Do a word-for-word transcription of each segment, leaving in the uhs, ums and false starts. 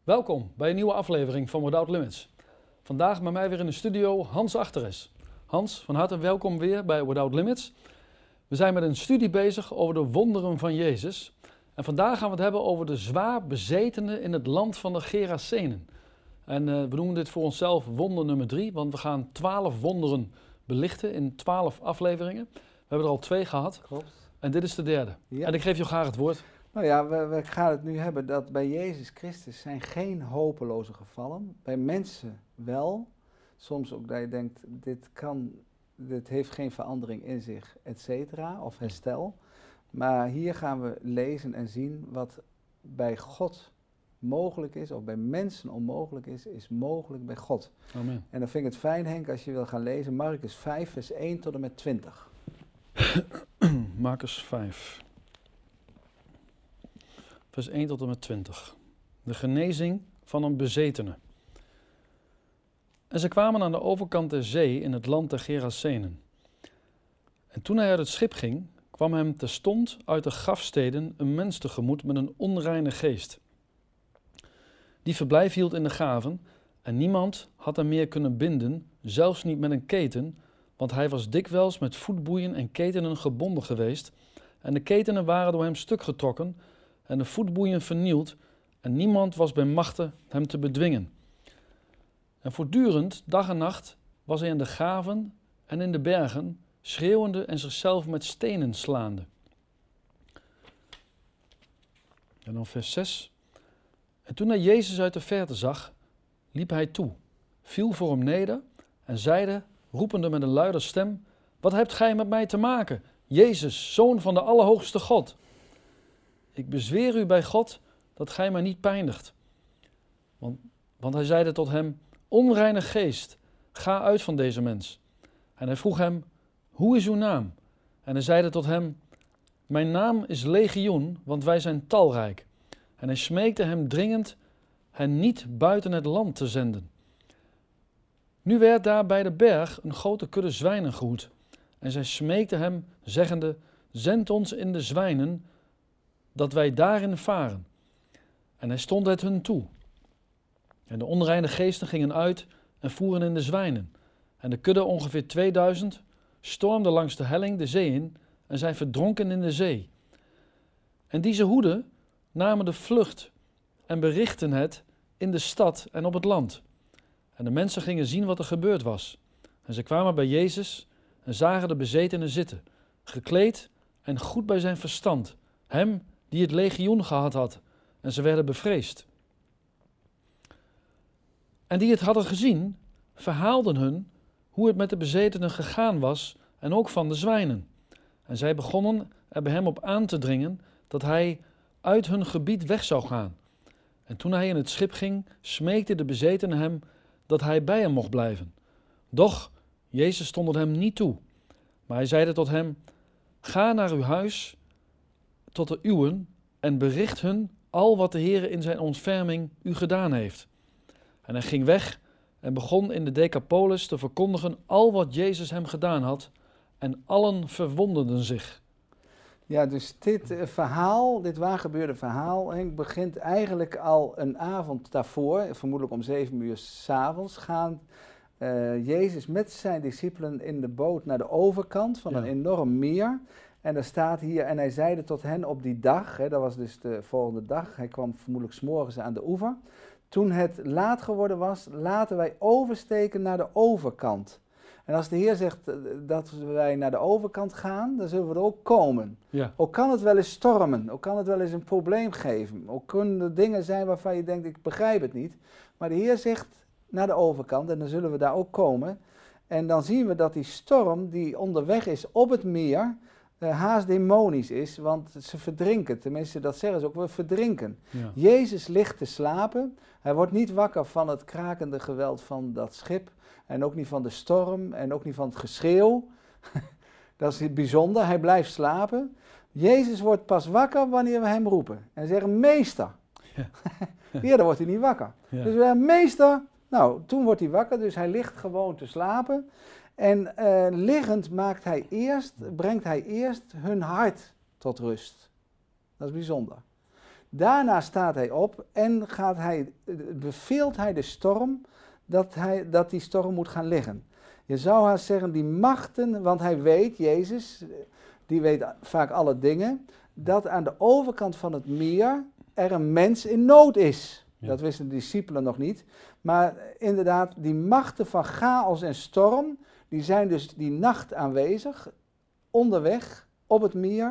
Welkom bij een nieuwe aflevering van Without Limits. Vandaag bij mij weer in de studio Hans Achteres. Hans, van harte welkom weer bij Without Limits. We zijn met een studie bezig over de wonderen van Jezus. En vandaag gaan we het hebben over de zwaar bezetenen in het land van de Gerasenen. En uh, we noemen dit voor onszelf wonder nummer drie, want we gaan twaalf wonderen belichten in twaalf afleveringen. We hebben er al twee gehad. Klopt. En dit is de derde. Ja. En ik geef je graag het woord. Nou ja, we, we gaan het nu hebben dat bij Jezus Christus zijn geen hopeloze gevallen. Bij mensen wel. Soms ook dat je denkt, dit, kan, dit heeft geen verandering in zich, et cetera, of herstel. Maar hier gaan we lezen en zien wat bij God mogelijk is, of bij mensen onmogelijk is, is mogelijk bij God. Amen. En dan vind ik het fijn, Henk, als je wil gaan lezen, Marcus vijf, vers één tot en met twintig. Marcus vijf. Vers één tot en met twintig. De genezing van een bezetene. En ze kwamen aan de overkant der zee in het land der Gerasenen. En toen hij uit het schip ging, kwam hem terstond uit de grafsteden een mens tegemoet met een onreine geest. Die verblijf hield in de graven en niemand had hem meer kunnen binden, zelfs niet met een keten, want hij was dikwijls met voetboeien en ketenen gebonden geweest en de ketenen waren door hem stuk getrokken en de voetboeien vernield en niemand was bij machte hem te bedwingen. En voortdurend, dag en nacht, was hij in de graven en in de bergen, schreeuwende en zichzelf met stenen slaande. En dan vers zes. En toen hij Jezus uit de verte zag, liep hij toe, viel voor hem neder en zeide, roepende met een luider stem, wat hebt gij met mij te maken, Jezus, Zoon van de Allerhoogste God? Ik bezweer u bij God dat gij mij niet pijnigt. Want, want hij zeide tot hem, onreine geest, ga uit van deze mens. En hij vroeg hem, hoe is uw naam? En hij zeide tot hem, mijn naam is Legioen, want wij zijn talrijk. En hij smeekte hem dringend hen niet buiten het land te zenden. Nu werd daar bij de berg een grote kudde zwijnen gehoed. En zij smeekte hem, zeggende, zend ons in de zwijnen, dat wij daarin varen. En hij stond het hun toe. En de onreine geesten gingen uit en voeren in de zwijnen. En de kudde, ongeveer tweeduizend, stormde langs de helling de zee in en zij verdronken in de zee. En die ze hoeden, namen de vlucht en berichten het in de stad en op het land. En de mensen gingen zien wat er gebeurd was. En ze kwamen bij Jezus en zagen de bezetene zitten, gekleed en goed bij zijn verstand, hem die het legioen gehad had, en ze werden bevreesd. En die het hadden gezien, verhaalden hun hoe het met de bezetenen gegaan was en ook van de zwijnen. En zij begonnen er bij hem op aan te dringen dat hij uit hun gebied weg zou gaan. En toen hij in het schip ging, smeekte de bezetenen hem dat hij bij hem mocht blijven. Doch Jezus stond het hem niet toe. Maar hij zeide tot hem, ga naar uw huis tot de uwen en bericht hun al wat de Heere in zijn ontferming u gedaan heeft. En hij ging weg en begon in de Decapolis te verkondigen al wat Jezus hem gedaan had en allen verwonderden zich. Ja, dus dit uh, verhaal, dit waargebeurde verhaal, Henk, begint eigenlijk al een avond daarvoor, vermoedelijk om zeven uur 's avonds, gaan uh, Jezus met zijn discipelen in de boot naar de overkant van een Ja. enorm meer. En er staat hier, en hij zeide tot hen op die dag, hè, dat was dus de volgende dag, hij kwam vermoedelijk 's morgens aan de oever. Toen het laat geworden was, laten wij oversteken naar de overkant. En als de Heer zegt dat wij naar de overkant gaan, dan zullen we er ook komen. Ja. Ook kan het wel eens stormen, ook kan het wel eens een probleem geven. Ook kunnen er dingen zijn waarvan je denkt, ik begrijp het niet. Maar de Heer zegt naar de overkant en dan zullen we daar ook komen. En dan zien we dat die storm die onderweg is op het meer, uh, haast demonisch is, want ze verdrinken. Tenminste, dat zeggen ze ook, we verdrinken. Ja. Jezus ligt te slapen. Hij wordt niet wakker van het krakende geweld van dat schip. En ook niet van de storm en ook niet van het geschreeuw. Dat is bijzonder, hij blijft slapen. Jezus wordt pas wakker wanneer we hem roepen. En zeggen, meester. Ja. Eerder wordt hij niet wakker. Ja. Dus we zeggen, meester. Nou, toen wordt hij wakker, dus hij ligt gewoon te slapen. En uh, liggend maakt hij eerst, brengt hij eerst hun hart tot rust. Dat is bijzonder. Daarna staat hij op en gaat hij, beveelt hij de storm dat, hij, dat die storm moet gaan liggen. Je zou haast zeggen, die machten, want hij weet, Jezus, die weet vaak alle dingen, dat aan de overkant van het meer er een mens in nood is. Ja. Dat wisten de discipelen nog niet. Maar inderdaad, die machten van chaos en storm, die zijn dus die nacht aanwezig, onderweg, op het meer.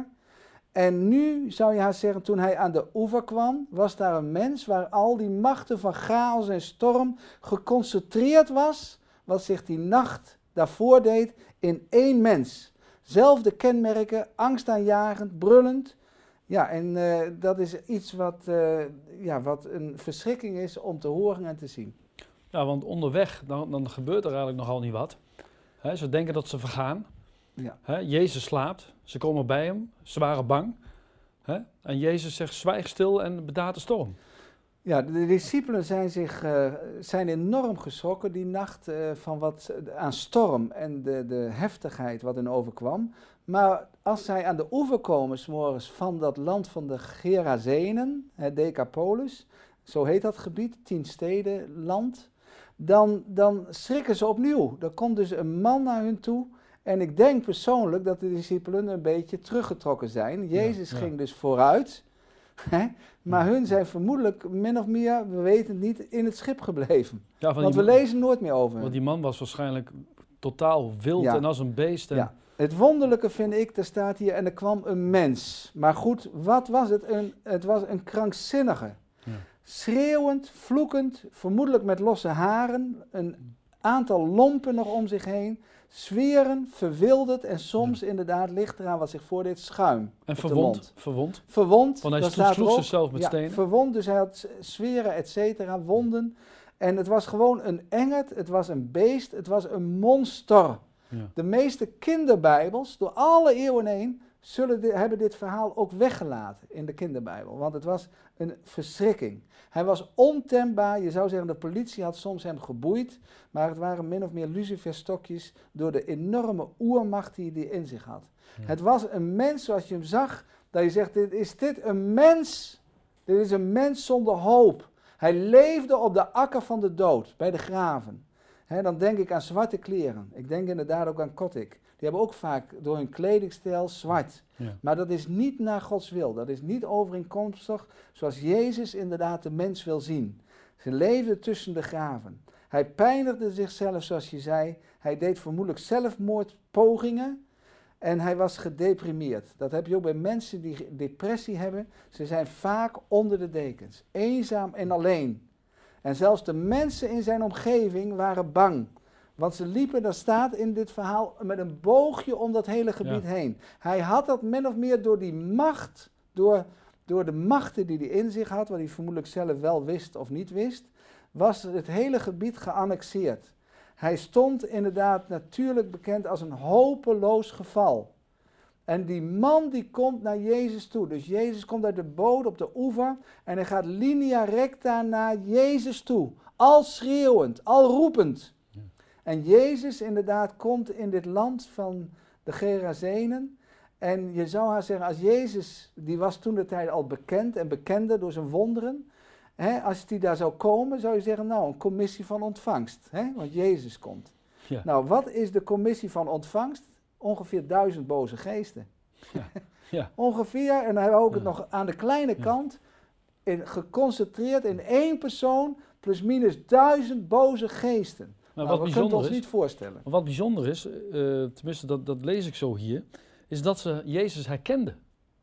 En nu zou je haast zeggen, toen hij aan de oever kwam, was daar een mens waar al die machten van chaos en storm geconcentreerd was, wat zich die nacht daarvoor deed in één mens. Zelfde kenmerken, angstaanjagend, brullend. Ja, en uh, dat is iets wat, uh, ja, wat een verschrikking is om te horen en te zien. Ja, want onderweg, dan, dan gebeurt er eigenlijk nogal niet wat. He, ze denken dat ze vergaan. Ja. He, Jezus slaapt, ze komen bij hem, ze waren bang. He, en Jezus zegt, zwijg stil en bedaart de storm. Ja, de discipelen zijn, zich, uh, zijn enorm geschrokken die nacht uh, van wat aan storm en de, de heftigheid wat hen overkwam. Maar als zij aan de oever komen 's morgens van dat land van de Gerazenen, het Decapolis, zo heet dat gebied, tien steden land, dan, dan schrikken ze opnieuw. Er komt dus een man naar hun toe. En ik denk persoonlijk dat de discipelen een beetje teruggetrokken zijn. Jezus ja, ja. ging dus vooruit. Hè? Maar hun zijn vermoedelijk min of meer, we weten het niet, in het schip gebleven. Ja, want we man, lezen nooit meer over. Want die man was waarschijnlijk totaal wild ja. en als een beest. En... Ja. Het wonderlijke vind ik, er staat hier, en er kwam een mens. Maar goed, wat was het? Een, het was een krankzinnige. Ja. Schreeuwend, vloekend, vermoedelijk met losse haren, een aantal lompen nog om zich heen. Zweren, verwilderd en soms ja. inderdaad ligt eraan wat zich voordeed schuim. En verwond. Verwond. Verwond. Want hij sloeg, sloeg zichzelf met ja, stenen. Verwond, dus hij had zweren, et cetera, wonden. En het was gewoon een engert, het was een beest, het was een monster. Ja. De meeste kinderbijbels, door alle eeuwen heen, zullen di- hebben dit verhaal ook weggelaten in de kinderbijbel. Want het was een verschrikking. Hij was ontembaar, je zou zeggen de politie had soms hem geboeid, maar het waren min of meer luciferstokjes door de enorme oermacht die hij in zich had. Ja. Het was een mens zoals je hem zag, dat je zegt, dit, is dit een mens? Dit is een mens zonder hoop. Hij leefde op de akker van de dood, bij de graven. He, dan denk ik aan zwarte kleren. Ik denk inderdaad ook aan Kotick. Die hebben ook vaak door hun kledingstijl zwart. Ja. Maar dat is niet naar Gods wil. Dat is niet overeenkomstig zoals Jezus inderdaad de mens wil zien. Ze leefde tussen de graven. Hij pijnigde zichzelf zoals je zei. Hij deed vermoedelijk zelfmoordpogingen. En hij was gedeprimeerd. Dat heb je ook bij mensen die depressie hebben. Ze zijn vaak onder de dekens. Eenzaam en alleen. En zelfs de mensen in zijn omgeving waren bang. Want ze liepen, daar staat in dit verhaal, met een boogje om dat hele gebied ja. heen. Hij had dat min of meer door die macht, door, door de machten die hij in zich had, wat hij vermoedelijk zelf wel wist of niet wist, was het hele gebied geannexeerd. Hij stond inderdaad natuurlijk bekend als een hopeloos geval. En die man die komt naar Jezus toe. Dus Jezus komt uit de boot op de oever en hij gaat linea recta naar Jezus toe. Al schreeuwend, al roepend. Ja. En Jezus inderdaad komt in dit land van de Gerazenen. En je zou haar zeggen, als Jezus, die was toen de tijd al bekend en bekende door zijn wonderen. Hè, als die daar zou komen, zou je zeggen, nou, een commissie van ontvangst. Hè, want Jezus komt. Ja. Nou, wat is de commissie van ontvangst? Ongeveer duizend boze geesten. Ja. Ja. Ongeveer, en dan hebben we ook ja. het nog aan de kleine ja. kant, in, geconcentreerd in één persoon, plus minus duizend boze geesten. Maar nou, wat we kunnen ons is, niet voorstellen. Wat bijzonder is, uh, tenminste dat, dat lees ik zo hier, is dat ze Jezus herkenden.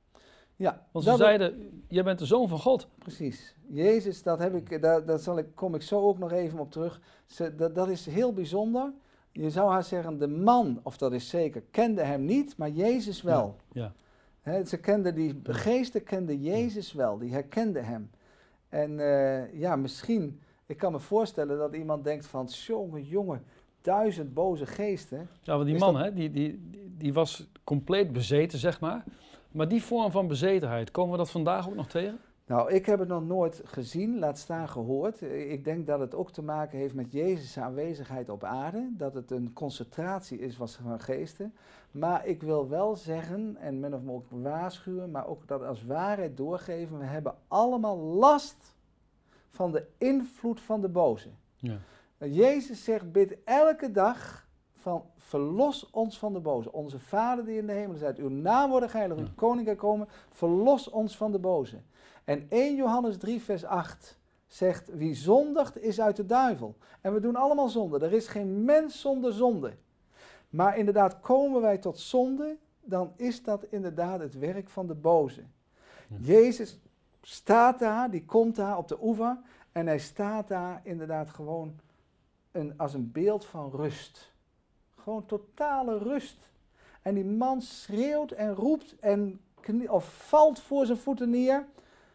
Ja, Want ze zeiden, jij bent de Zoon van God. Precies. Jezus, dat heb ik, daar, daar zal ik, kom ik zo ook nog even op terug. Ze, dat, dat is heel bijzonder. Je zou haar zeggen, de man, of dat is zeker, kende hem niet, maar Jezus wel. Ja, ja. He, ze kenden die geesten, kenden Jezus wel, die herkenden hem. En uh, ja, misschien, ik kan me voorstellen dat iemand denkt van, jongen, jongen, duizend boze geesten. Ja, want die man, dat... hè, die, die, die was compleet bezeten, zeg maar. Maar die vorm van bezetenheid, komen we dat vandaag ook nog tegen? Nou, ik heb het nog nooit gezien, laat staan gehoord. Ik denk dat het ook te maken heeft met Jezus' aanwezigheid op aarde. Dat het een concentratie is van geesten. Maar ik wil wel zeggen, en men of me ook waarschuwen, maar ook dat als waarheid doorgeven. We hebben allemaal last van de invloed van de boze. Ja. Jezus zegt, bid elke dag van verlos ons van de boze. Onze Vader die in de hemel zijt, uw naam worden geheiligd, uw Ja. koninkrijk komen, verlos ons van de boze. En eerste Johannes drie vers acht zegt, wie zondigt is uit de duivel. En we doen allemaal zonde. Er is geen mens zonder zonde. Maar inderdaad, komen wij tot zonde, dan is dat inderdaad het werk van de boze. Ja. Jezus staat daar, die komt daar op de oever en hij staat daar inderdaad gewoon een, als een beeld van rust. Gewoon totale rust. En die man schreeuwt en roept en knie, of valt voor zijn voeten neer.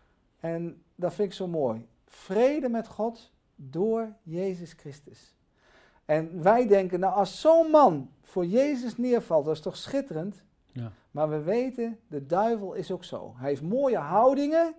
En dat vind ik zo mooi. Vrede met God door Jezus Christus. En wij denken, nou als zo'n man voor Jezus neervalt, dat is toch schitterend? Ja. Maar we weten, de duivel is ook zo. Hij heeft mooie houdingen.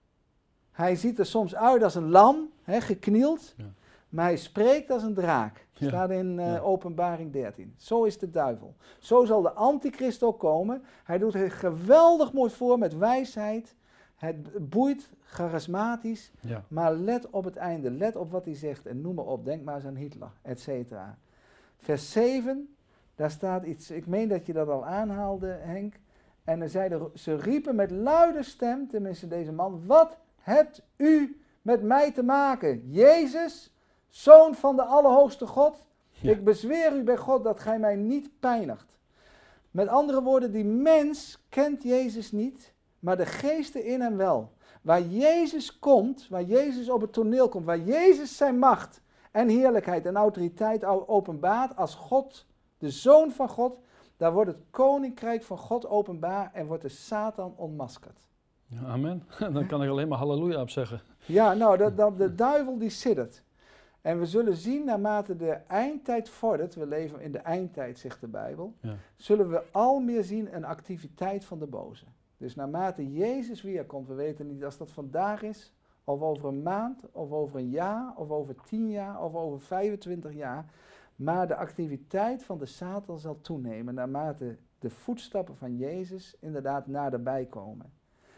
Hij ziet er soms uit als een lam, hè, geknield. Ja. Maar hij spreekt als een draak. Ja. Staat in uh, Ja. Openbaring dertien. Zo is de duivel. Zo zal de antichrist ook komen. Hij doet het geweldig mooi voor met wijsheid. Het boeit, charismatisch. Ja. Maar let op het einde. Let op wat hij zegt. En noem maar op. Denk maar eens aan Hitler, et cetera. Vers zeven. Daar staat iets. Ik meen dat je dat al aanhaalde, Henk. En dan zeiden, ze riepen met luide stem, tenminste deze man. Wat hebt u met mij te maken? Jezus, Zoon van de Allerhoogste God. Ja. Ik bezweer u bij God dat gij mij niet pijnigt. Met andere woorden, die mens kent Jezus niet, maar de geesten in hem wel. Waar Jezus komt, waar Jezus op het toneel komt, waar Jezus zijn macht en heerlijkheid en autoriteit openbaart als God, de Zoon van God, daar wordt het koninkrijk van God openbaar en wordt de Satan ontmaskerd. Ja, amen. Dan kan ik alleen maar halleluja op zeggen. Ja, nou, dat, dat, de duivel die siddert. En we zullen zien, naarmate de eindtijd vordert, we leven in de eindtijd, zegt de Bijbel, Ja. zullen we al meer zien een activiteit van de boze. Dus naarmate Jezus weerkomt, we weten niet als dat vandaag is, of over een maand, of over een jaar, of over tien jaar, of over vijfentwintig jaar. Maar de activiteit van de Satan zal toenemen, naarmate de voetstappen van Jezus inderdaad naderbij komen.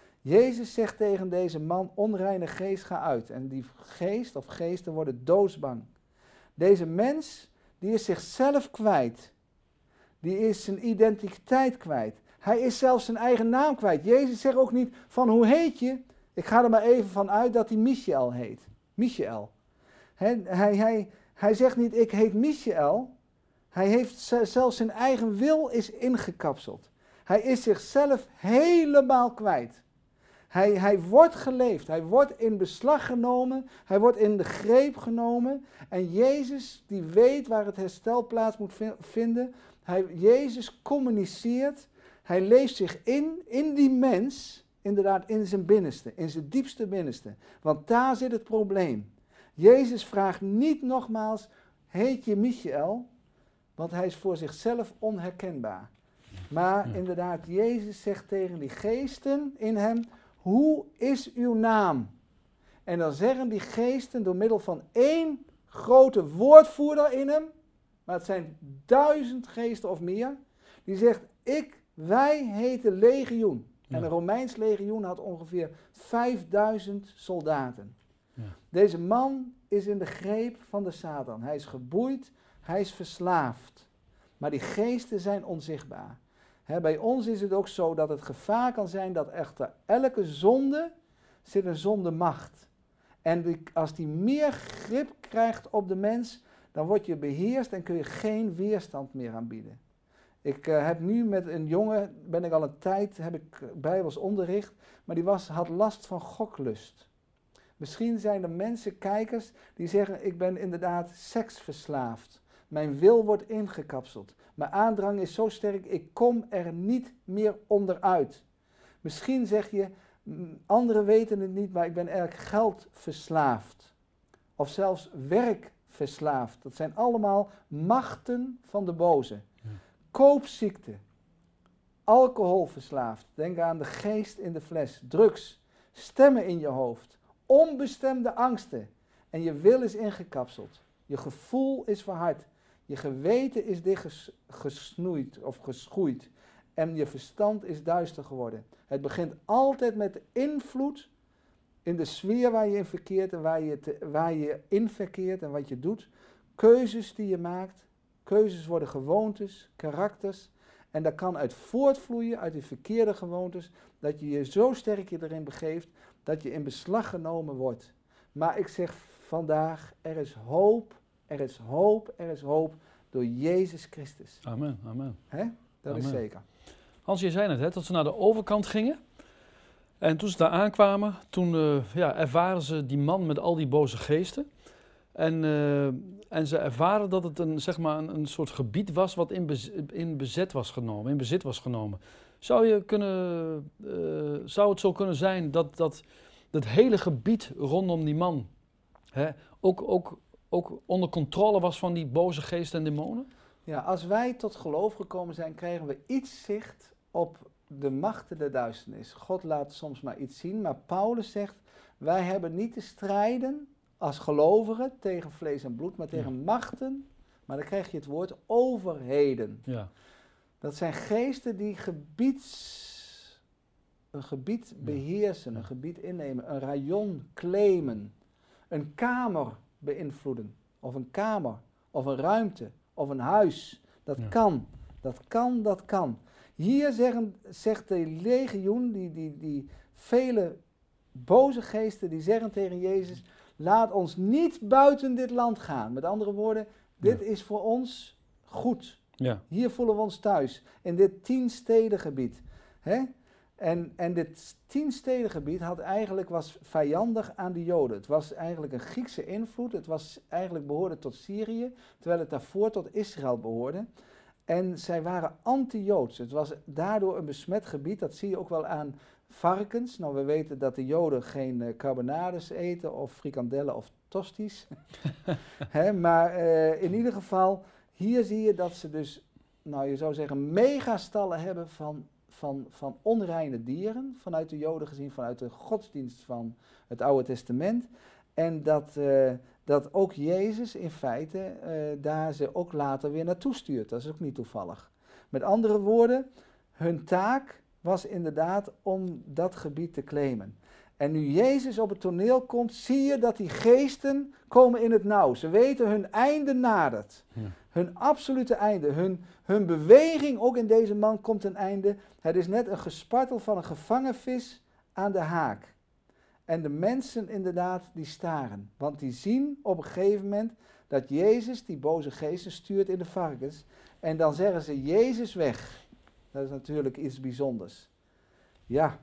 Jezus zegt tegen deze man, onreine geest, ga uit. En die geest of geesten worden doodsbang. Deze mens, die is zichzelf kwijt. Die is zijn identiteit kwijt. Hij is zelfs zijn eigen naam kwijt. Jezus zegt ook niet van, hoe heet je? Ik ga er maar even van uit dat hij Michael heet. Michael. He, hij, hij, hij zegt niet, ik heet Michael. Hij heeft z- zelfs zijn eigen wil is ingekapseld. Hij is zichzelf helemaal kwijt. Hij, hij wordt geleefd, hij wordt in beslag genomen, hij wordt in de greep genomen. En Jezus, die weet waar het herstel plaats moet vi- vinden. Hij, Jezus communiceert, hij leeft zich in, in die mens, inderdaad in zijn binnenste, in zijn diepste binnenste. Want daar zit het probleem. Jezus vraagt niet nogmaals, heet je Michael? Want hij is voor zichzelf onherkenbaar. Maar inderdaad, Jezus zegt tegen die geesten in hem, hoe is uw naam? En dan zeggen die geesten door middel van één grote woordvoerder in hem, maar het zijn duizend geesten of meer, die zegt, ik, wij heten legioen. Ja. En een Romeins legioen had ongeveer vijfduizend soldaten. Ja. Deze man is in de greep van de Satan. Hij is geboeid, hij is verslaafd. Maar die geesten zijn onzichtbaar. He, bij ons is het ook zo dat het gevaar kan zijn dat echter elke zonde zit een zondemacht. En die, als die meer grip krijgt op de mens, dan word je beheerst en kun je geen weerstand meer aanbieden. Ik uh, heb nu met een jongen, ben ik al een tijd, heb ik bijbels onderricht, maar die was, had last van goklust. Misschien zijn er mensen, kijkers, die zeggen, ik ben inderdaad seksverslaafd. Mijn wil wordt ingekapseld. Mijn aandrang is zo sterk, ik kom er niet meer onderuit. Misschien zeg je, anderen weten het niet, maar ik ben erg geldverslaafd. Of zelfs werkverslaafd. Dat zijn allemaal machten van de boze. Ja. Koopziekte, alcoholverslaafd. Denk aan de geest in de fles. Drugs, stemmen in je hoofd, onbestemde angsten. En je wil is ingekapseld. Je gevoel is verhard. Je geweten is dichtgesnoeid of geschoeid. En je verstand is duister geworden. Het begint altijd met de invloed in de sfeer waar je in verkeert en waar je, te, waar je in verkeert en wat je doet. Keuzes die je maakt. Keuzes worden gewoontes, karakters. En dat kan uit voortvloeien, uit die verkeerde gewoontes, dat je je zo sterk je erin begeeft, dat je in beslag genomen wordt. Maar ik zeg vandaag, er is hoop, er is hoop, er is hoop door Jezus Christus. Amen, amen. Hè? Dat Amen. is zeker. Hans, je zei net hè, dat ze naar de overkant gingen. En toen ze daar aankwamen, toen uh, ja, ervaren ze die man met al die boze geesten. En, uh, en ze ervaren dat het een, zeg maar een, een soort gebied was wat in, bez, in bezet was genomen, in bezit was genomen. Zou, je kunnen, uh, zou het zo kunnen zijn dat, dat dat hele gebied rondom die man hè, ook, ook, ook onder controle was van die boze geesten en demonen? Ja, als wij tot geloof gekomen zijn, krijgen we iets zicht op de machten der duisternis. God laat soms maar iets zien, maar Paulus zegt, wij hebben niet te strijden als gelovigen tegen vlees en bloed, maar tegen ja. machten, maar dan krijg je het woord overheden. Ja. Dat zijn geesten die gebieds, een gebied beheersen, Ja. een gebied innemen, een rayon claimen, een kamer beïnvloeden, of een kamer, of een ruimte, of een huis. Dat Ja. kan, dat kan, dat kan. Hier zeggen, zegt de legioen, die, die, die vele boze geesten, die zeggen tegen Jezus, laat ons niet buiten dit land gaan. Met andere woorden, dit Ja. is voor ons goed. Ja. Hier voelen we ons thuis, in dit tienstedengebied. Hè? En, en dit tienstedengebied had eigenlijk, was vijandig aan de Joden. Het was eigenlijk een Griekse invloed. Het was eigenlijk behoorde tot Syrië, terwijl het daarvoor tot Israël behoorde. En zij waren anti-Joods. Het was daardoor een besmet gebied. Dat zie je ook wel aan varkens. Nou, we weten dat de Joden geen uh, carbonades eten of frikandellen of tosties. Hè, maar uh, in ieder geval, hier zie je dat ze dus, nou je zou zeggen, megastallen hebben van, van, van onreine dieren. Vanuit de Joden gezien, vanuit de godsdienst van het Oude Testament. En dat, uh, dat ook Jezus in feite uh, daar ze ook later weer naartoe stuurt. Dat is ook niet toevallig. Met andere woorden, hun taak was inderdaad om dat gebied te claimen. En nu Jezus op het toneel komt, zie je dat die geesten komen in het nauw. Ze weten hun einde nadert. Ja. Hun absolute einde. Hun, hun beweging, ook in deze man, komt een einde. Het is net een gespartel van een gevangen vis aan de haak. En de mensen inderdaad, die staren. Want die zien op een gegeven moment dat Jezus die boze geesten stuurt in de varkens. En dan zeggen ze, Jezus weg. Dat is natuurlijk iets bijzonders. Ja,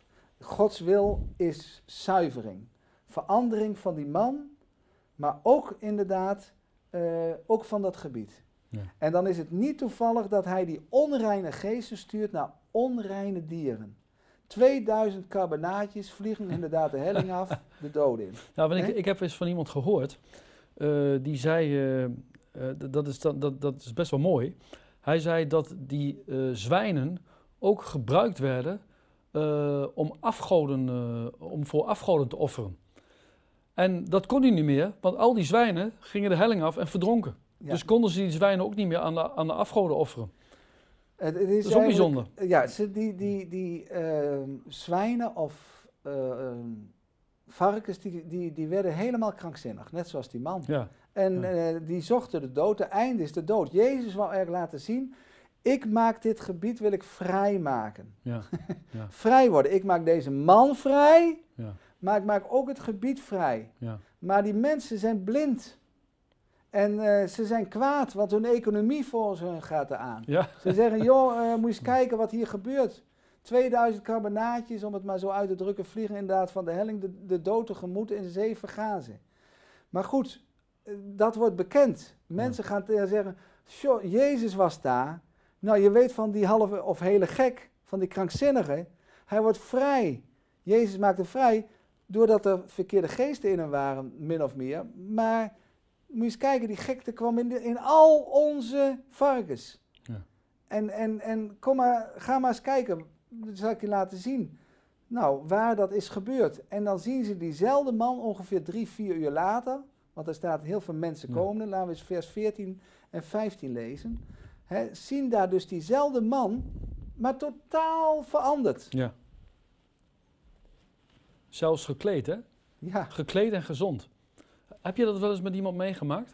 Gods wil is zuivering. Verandering van die man, maar ook inderdaad, uh, ook van dat gebied. Ja. En dan is het niet toevallig dat hij die onreine geesten stuurt naar onreine dieren. tweeduizend karbonaatjes vliegen inderdaad de helling af, de dood in. Nou, want ik, Hè? ik heb eens van iemand gehoord, uh, die zei, uh, uh, d- dat, is dat, dat, dat is best wel mooi. Hij zei dat die uh, zwijnen ook gebruikt werden uh, om, afgoden, uh, om voor afgoden te offeren. En dat kon hij niet meer, want al die zwijnen gingen de helling af en verdronken. Ja. Dus konden ze die zwijnen ook niet meer aan de, aan de afgoden offeren. Het, het is Dat is ook bijzonder. Ja, ze, die, die, die uh, zwijnen of uh, um, varkens, die, die, die werden helemaal krankzinnig, net zoals die man. Ja. En Ja. uh, die zochten de dood, de einde is de dood. Jezus wou er laten zien, ik maak dit gebied, wil ik vrij maken. Ja. Ja. Vrij worden. Ik maak deze man vrij, Ja. maar ik maak ook het gebied vrij. Ja. Maar die mensen zijn blind. En uh, ze zijn kwaad, want hun economie volgens hun gaat eraan. Ja. Ze zeggen, joh, uh, moet je eens kijken wat hier gebeurt. tweeduizend karbonaatjes, om het maar zo uit te drukken, vliegen inderdaad van de helling de, de dood tegemoet en in zee vergaan ze. Maar goed, uh, dat wordt bekend. Mensen ja. gaan te zeggen, joh, Jezus was daar. Nou, je weet van die halve of hele gek, van die krankzinnige, hij wordt vrij. Jezus maakte vrij, doordat er verkeerde geesten in hem waren, min of meer. Maar moet je eens kijken, die gekte kwam in, de, in al onze varkens. Ja. En, en, en kom maar, ga maar eens kijken, dat zal ik je laten zien. Nou, waar dat is gebeurd. En dan zien ze diezelfde man ongeveer drie, vier uur later. Want er staat heel veel mensen Ja. komen. Laten we eens vers veertien en vijftien lezen. Hè, zien daar dus diezelfde man, maar totaal veranderd. Ja. Zelfs gekleed, hè? Ja, Gekleed en gezond. Heb je dat wel eens met iemand meegemaakt?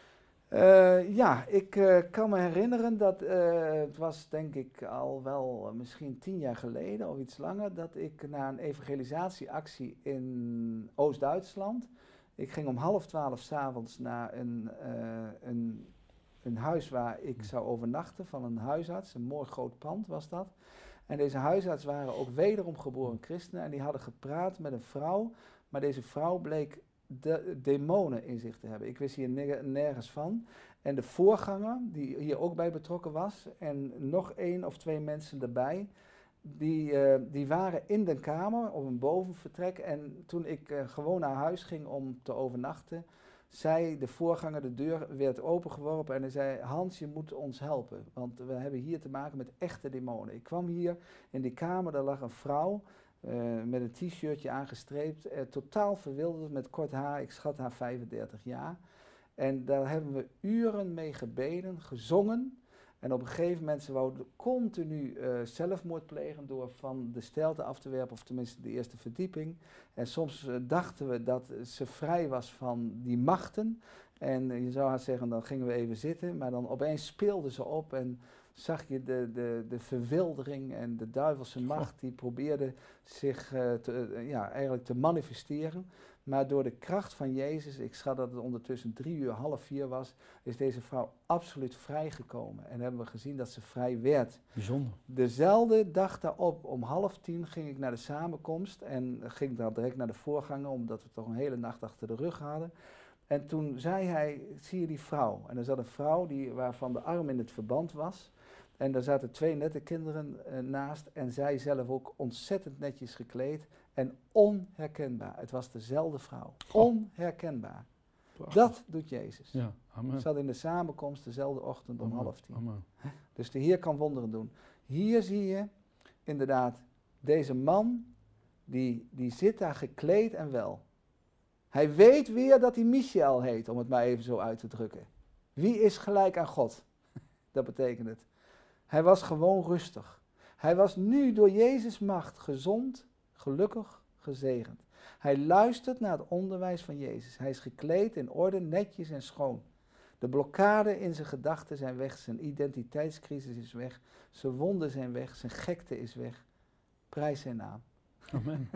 Eh, ja, ik eh, kan me herinneren dat, eh, het was denk ik al wel eh, misschien tien jaar geleden of iets langer, dat ik na een evangelisatieactie in Oost-Duitsland, ik ging om half twaalf 's avonds naar een, eh, een, een huis waar ik zou overnachten van een huisarts, een mooi groot pand was dat. En deze huisarts waren ook wederom geboren christenen en die hadden gepraat met een vrouw, maar deze vrouw bleek de demonen in zich te hebben. Ik wist hier ner- nergens van. En de voorganger, die hier ook bij betrokken was, en nog één of twee mensen erbij, die, uh, die waren in de kamer op een bovenvertrek. En toen ik uh, gewoon naar huis ging om te overnachten, zei de voorganger, de deur werd opengeworpen en hij zei: Hans, je moet ons helpen, want we hebben hier te maken met echte demonen. Ik kwam hier in die kamer, daar lag een vrouw, Uh, met een t-shirtje aangestreept, uh, totaal verwilderd met kort haar, ik schat haar vijfendertig jaar. En daar hebben we uren mee gebeden, gezongen. En op een gegeven moment, ze wouden continu uh, zelfmoord plegen door van de steilte af te werpen, of tenminste de eerste verdieping. En soms uh, dachten we dat ze vrij was van die machten. En uh, je zou haar zeggen, dan gingen we even zitten, maar dan opeens speelde ze op en zag je de, de, de verwildering en de duivelse macht die probeerde zich uh, te, uh, ja, eigenlijk te manifesteren. Maar door de kracht van Jezus, ik schat dat het ondertussen drie uur, half vier was, is deze vrouw absoluut vrijgekomen. En hebben we gezien dat ze vrij werd. Bijzonder. Dezelfde dag daarop, om half tien, ging ik naar de samenkomst en ging dan direct naar de voorganger, omdat we toch een hele nacht achter de rug hadden. En toen zei hij, zie je die vrouw? En er zat een vrouw die, waarvan de arm in het verband was. En daar zaten twee nette kinderen uh, naast en zij zelf ook ontzettend netjes gekleed en onherkenbaar. Het was dezelfde vrouw. Oh. Onherkenbaar. Prachtig. Dat doet Jezus. Ja, amen. Ik zat in de samenkomst dezelfde ochtend om Amen. half tien. Amen. Dus de Heer kan wonderen doen. Hier zie je inderdaad deze man, die, die zit daar gekleed en wel. Hij weet weer dat hij Michael heet, om het maar even zo uit te drukken. Wie is gelijk aan God? Dat betekent het. Hij was gewoon rustig. Hij was nu door Jezus' macht gezond, gelukkig, gezegend. Hij luistert naar het onderwijs van Jezus. Hij is gekleed in orde, netjes en schoon. De blokkade in zijn gedachten zijn weg, zijn identiteitscrisis is weg, zijn wonden zijn weg, zijn gekte is weg. Prijs zijn naam. Amen.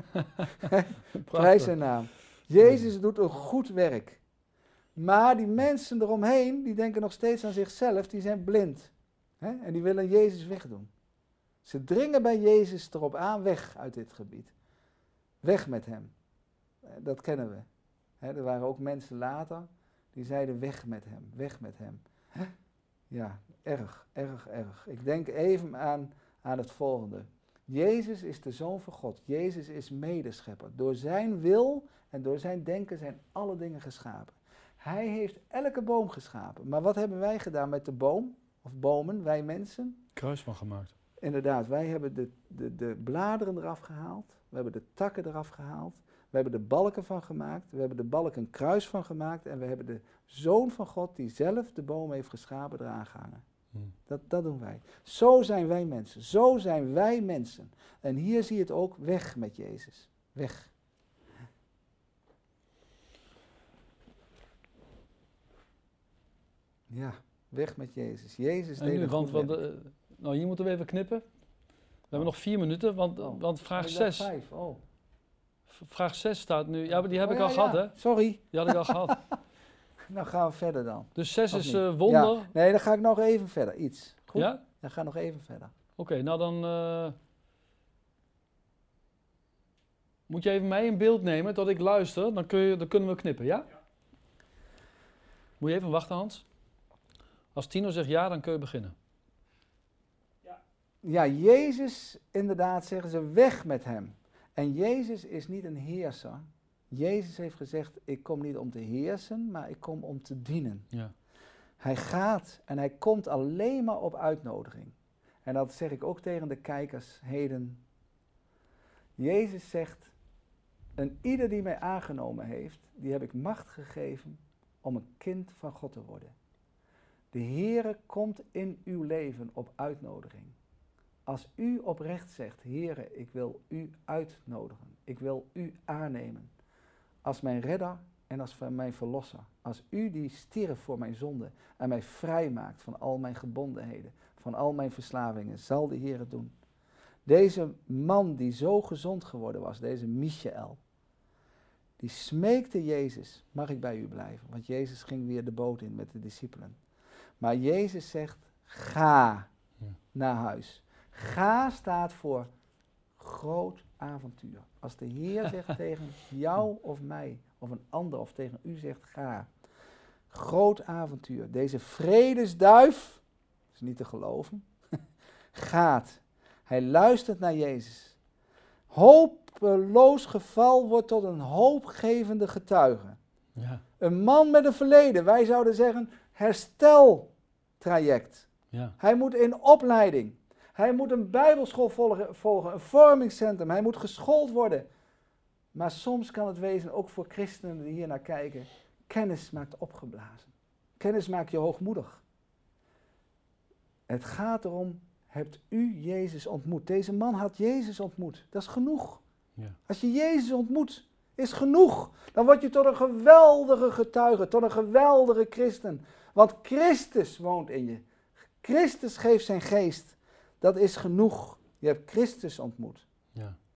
Prijs zijn naam. Jezus doet een goed werk. Maar die mensen eromheen, die denken nog steeds aan zichzelf, die zijn blind. Hè? En die willen Jezus wegdoen. Ze dringen bij Jezus erop aan, weg uit dit gebied. Weg met hem. Dat kennen we. Hè? Er waren ook mensen later, die zeiden weg met hem, weg met hem. Hè? Ja, erg, erg, erg. Ik denk even aan, aan het volgende. Jezus is de Zoon van God. Jezus is medeschepper. Door zijn wil en door zijn denken zijn alle dingen geschapen. Hij heeft elke boom geschapen. Maar wat hebben wij gedaan met de boom? Of bomen, wij mensen? Kruis van gemaakt. Inderdaad, wij hebben de, de, de bladeren eraf gehaald. We hebben de takken eraf gehaald. We hebben de balken van gemaakt. We hebben de balken een kruis van gemaakt. En we hebben de Zoon van God, die zelf de boom heeft geschapen, eraan gehangen. Hmm. Dat, dat doen wij. Zo zijn wij mensen. Zo zijn wij mensen. En hier zie je het ook, weg met Jezus. Weg. Ja, weg met Jezus. Jezus En deed nu, een want, goed want, werk. uh, nou, hier moeten we even knippen. We hebben nog vier minuten, want, Oh. want vraag Oh, ik dacht zes. vijf. Oh. v- Vraag zes staat nu. Ja, maar die heb Oh, ik ja, al gehad, ja. hè? Sorry. Die had ik al gehad. Nou gaan we verder dan. Dus zes Of is niet? uh, wonder. Ja. Nee, dan ga ik nog even verder. Iets. Goed? Ja? Dan ga ik nog even verder. Oké, okay, nou dan uh, moet je even mij in beeld nemen tot ik luister. Dan, kun je, dan kunnen we knippen, ja? Ja. Moet je even wachten, Hans? Als Tino zegt ja, dan kun je beginnen. Ja, Jezus, inderdaad zeggen ze, weg met hem. En Jezus is niet een heerser. Jezus heeft gezegd, ik kom niet om te heersen, maar ik kom om te dienen. Ja. Hij gaat en hij komt alleen maar op uitnodiging. En dat zeg ik ook tegen de kijkers heden. Jezus zegt, en ieder die mij aangenomen heeft, die heb ik macht gegeven om een kind van God te worden. De Heere komt in uw leven op uitnodiging. Als u oprecht zegt, Heere, ik wil u uitnodigen. Ik wil u aannemen. Als mijn redder en als mijn verlosser. Als u die stierf voor mijn zonde en mij vrijmaakt van al mijn gebondenheden, van al mijn verslavingen, zal de Heer het doen. Deze man die zo gezond geworden was, deze Michael, die smeekte Jezus, mag ik bij u blijven? Want Jezus ging weer de boot in met de discipelen. Maar Jezus zegt, ga Ja. naar huis. Ga staat voor groot avontuur. Als de Heer zegt tegen jou of mij, of een ander, of tegen u zegt, ga. Groot avontuur. Deze vredesduif, is niet te geloven, gaat. Hij luistert naar Jezus. Hopeloos geval wordt tot een hoopgevende getuige. Ja. Een man met een verleden, wij zouden zeggen hersteltraject. Ja. Hij moet in opleiding. Hij moet een bijbelschool volgen, volgen, een vormingscentrum. Hij moet geschoold worden. Maar soms kan het wezen, ook voor christenen die hier naar kijken, kennis maakt opgeblazen. Kennis maakt je hoogmoedig. Het gaat erom, hebt u Jezus ontmoet? Deze man had Jezus ontmoet. Dat is genoeg. Ja. Als je Jezus ontmoet, is genoeg. Dan word je tot een geweldige getuige, tot een geweldige christen. Want Christus woont in je. Christus geeft zijn geest. Dat is genoeg. Je hebt Christus ontmoet. Ja.